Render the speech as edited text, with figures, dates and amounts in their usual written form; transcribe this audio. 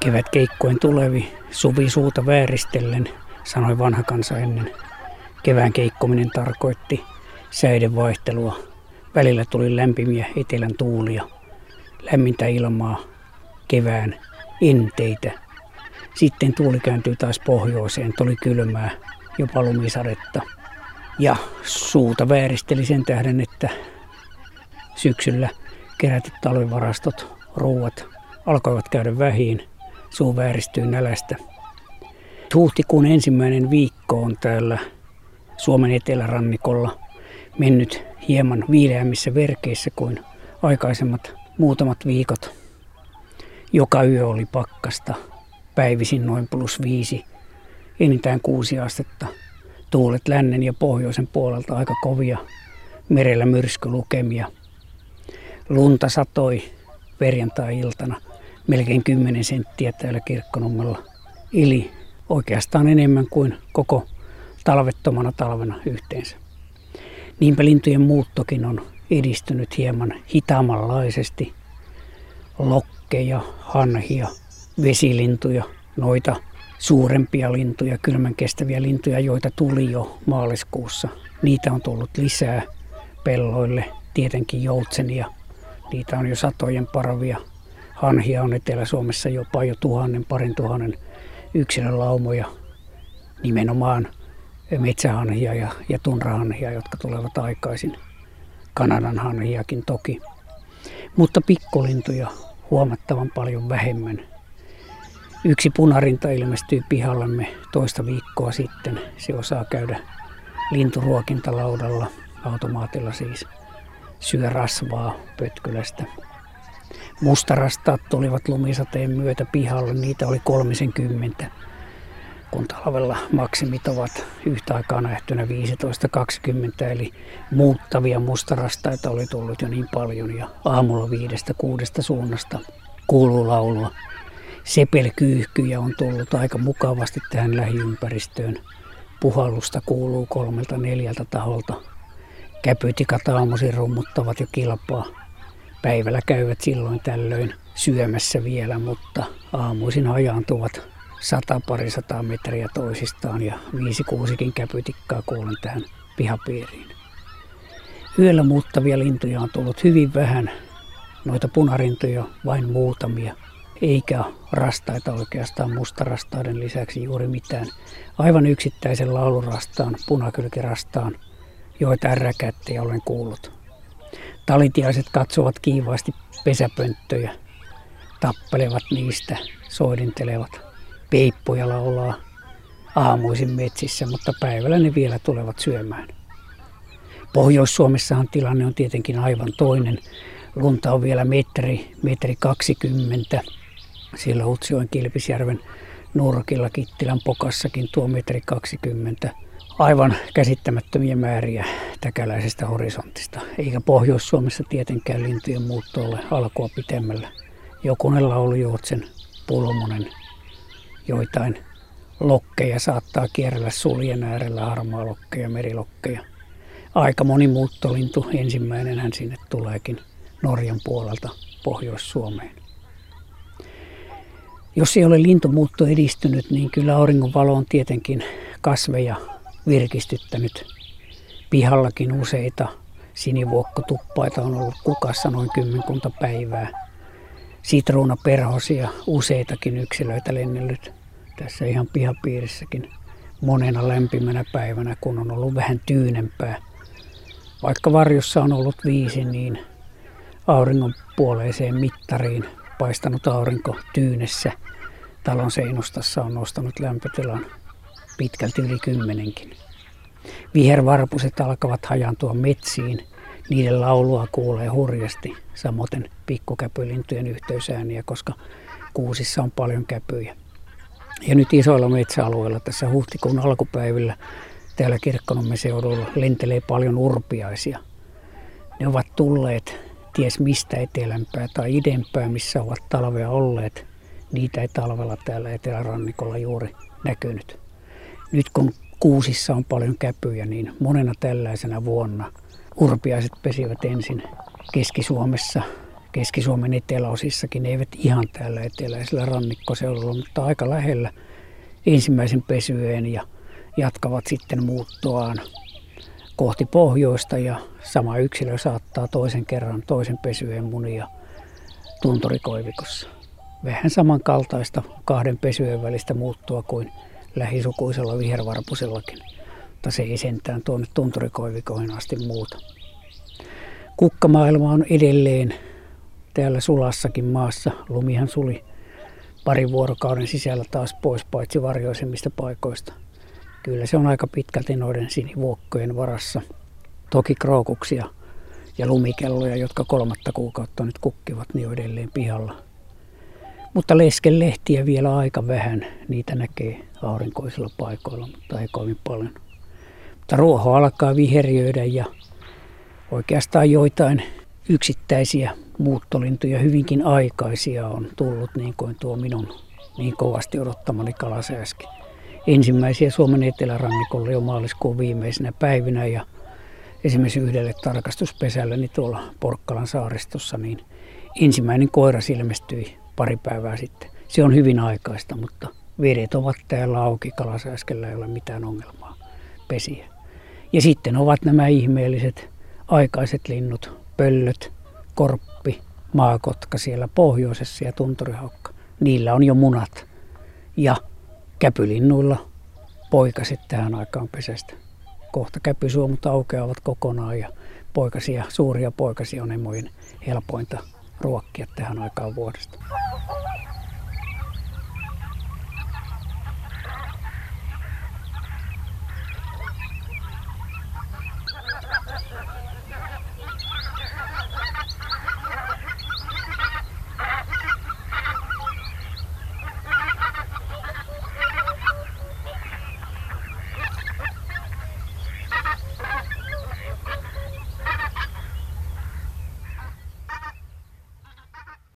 Kevätkeikkojen tulevi, suvi suuta vääristellen, sanoi vanha kansa ennen. Kevään keikkominen tarkoitti säiden vaihtelua. Välillä tuli lämpimiä etelän tuulia, lämmintä ilmaa, kevään enteitä. Sitten tuuli kääntyi taas pohjoiseen, tuli kylmää, jopa lumisadetta. Ja suuta vääristeli sen tähden, että syksyllä kerätyt talvivarastot, ruuat alkoivat käydä vähiin. Suu vääristyi nälästä. Huhtikuun ensimmäinen viikko on täällä Suomen etelärannikolla mennyt hieman viileämmissä verkeissä kuin aikaisemmat muutamat viikot. Joka yö oli pakkasta, päivisin noin +5, enintään 6 astetta. Tuulet lännen ja pohjoisen puolelta aika kovia, merellä myrskylukemia. Lunta satoi perjantai-iltana melkein 10 senttiä täällä Kirkkonummella. Eli oikeastaan enemmän kuin koko talvettomana talvena yhteensä. Niinpä lintujen muuttokin on edistynyt hieman hitaammanlaisesti. Lokkeja, hanhia, vesilintuja, noita suurempia lintuja, kylmän kestäviä lintuja, joita tuli jo maaliskuussa. Niitä on tullut lisää pelloille, tietenkin joutsenia. Niitä on jo satojen parvia. Hanhia on Etelä-Suomessa jopa jo 1000–2000 yksilölaumoja, nimenomaan metsähanhia ja tunrahanhia, jotka tulevat aikaisin. Kanadan hanhiakin toki. Mutta pikkulintuja huomattavan paljon vähemmän. Yksi punarinta ilmestyi pihallemme toista viikkoa sitten. Se osaa käydä linturuokintalaudalla, automaatilla siis, syö rasvaa pötkylästä. Mustarastaat tulivat lumisateen myötä pihalle, niitä oli 30, kun talvella maksimit ovat yhtä aikaa nähtynä 15–20, eli muuttavia mustarastaita oli tullut jo niin paljon ja aamulla 5–6 suunnasta kuuluu laulua. Sepelkyyhkyjä on tullut aika mukavasti tähän lähiympäristöön. Puhallusta kuuluu 3–4 taholta. Käpytikat aamuisin rummuttavat jo kilpaa. Päivällä käyvät silloin tällöin syömässä vielä, mutta aamuisin hajaantuvat 100–200 metriä toisistaan ja 5–6 käpytikkaa kuulen tähän pihapiiriin. Yöllä muuttavia lintuja on tullut hyvin vähän, noita punarintoja vain muutamia, eikä rastaita oikeastaan mustarastaiden lisäksi juuri mitään. Aivan yksittäisen laulurastaan, punakylkirastaan, joitain räkättejä olen kuullut. Talitiaiset katsovat kiivaasti pesäpönttöjä, tappelevat niistä, soidintelevat. Peippoja laulaa aamuisin metsissä, mutta päivällä ne vielä tulevat syömään. Pohjois-Suomessahan tilanne on tietenkin aivan toinen. Lunta on vielä metri 20. Siellä Utsjoen Kilpisjärven nurkilla Kittilän Pokassakin tuo 1,20 m. Aivan käsittämättömiä määriä täkäläisestä horisontista. Eikä Pohjois-Suomessa tietenkään lintujen muutto ole alkua pitemmällä. Jokunen laulujoutsen, pulmonen, joitain lokkeja saattaa kierrellä suljen äärellä, harmaalokkeja, merilokkeja. Aika moni muuttolintu, ensimmäinen hän sinne tuleekin Norjan puolelta Pohjois-Suomeen. Jos ei ole lintumuutto edistynyt, niin kyllä auringonvalo on tietenkin kasveja virkistyttänyt. Pihallakin useita sinivuokkotuppaita on ollut kukassa noin 10 päivää. Sitruunaperhosia, useitakin yksilöitä lennellyt tässä ihan pihapiirissäkin monena lämpimänä päivänä, kun on ollut vähän tyynempää. Vaikka varjossa on ollut 5, niin auringon puoleiseen mittariin paistanut aurinko tyynessä talon seinustassa on nostanut lämpötilan pitkälti yli 10. Vihervarpuset alkavat hajaantua metsiin. Niiden laulua kuulee hurjasti, samoin pikkukäpylintujen yhteysääniä, koska kuusissa on paljon käpyjä. Ja nyt isoilla metsäalueilla tässä huhtikuun alkupäivillä täällä Kirkkonummen seudulla lentelee paljon urpiaisia. Ne ovat tulleet ties mistä etelämpää tai idempää, missä ovat talvea olleet. Niitä ei talvella täällä etelärannikolla juuri näkynyt. Nyt kun kuusissa on paljon käpyjä, niin monena tällaisena vuonna urpiaiset pesivät ensin Keski-Suomessa Keski-Suomen eteläosissakin, eivät ihan täällä eteläisellä rannikkoseudulla, mutta aika lähellä ensimmäisen pesyeen ja jatkavat sitten muuttoaan kohti pohjoista ja sama yksilö saattaa toisen kerran toisen pesyeen munia tunturikoivikossa. Vähän samankaltaista kahden pesyjen välistä muuttoa kuin lähisukuisella vihervarpusellakin, mutta se ei sentään tuonne tunturikoivikoihin asti muuta. Kukkamaailma on edelleen täällä sulassakin maassa. Lumihan suli parin vuorokauden sisällä taas pois paitsi varjoisemmista paikoista. Kyllä se on aika pitkälti noiden sinivuokkojen varassa. Toki krookuksia ja lumikelloja, jotka 3 kuukautta nyt kukkivat, niin on edelleen pihalla. Mutta leskelehtiä vielä aika vähän. Niitä näkee aurinkoisilla paikoilla, mutta ei kovin paljon. Mutta ruoho alkaa viheriöidä ja oikeastaan joitain yksittäisiä muuttolintuja hyvinkin aikaisia on tullut, niin kuin tuo minun niin kovasti odottamani kalasääski. Ensimmäisiä Suomen etelärannikolla jo maaliskuun viimeisinä päivinä ja esimerkiksi yhdelle tarkastuspesälleni tuolla Porkkalan saaristossa, niin ensimmäinen koiras ilmestyi pari päivää sitten. Se on hyvin aikaista, mutta vedet ovat täällä auki, kalasääskellä ei ole mitään ongelmaa pesiä. Ja sitten ovat nämä ihmeelliset aikaiset linnut, pöllöt, korppi, maakotka siellä pohjoisessa ja tunturihaukka. Niillä on jo munat ja käpylinnuilla poikaset tähän aikaan pesästä. Kohta käpysuomut aukeavat kokonaan ja suuria poikasia on emojen helpointa ruokkia tähän aikaan vuodesta.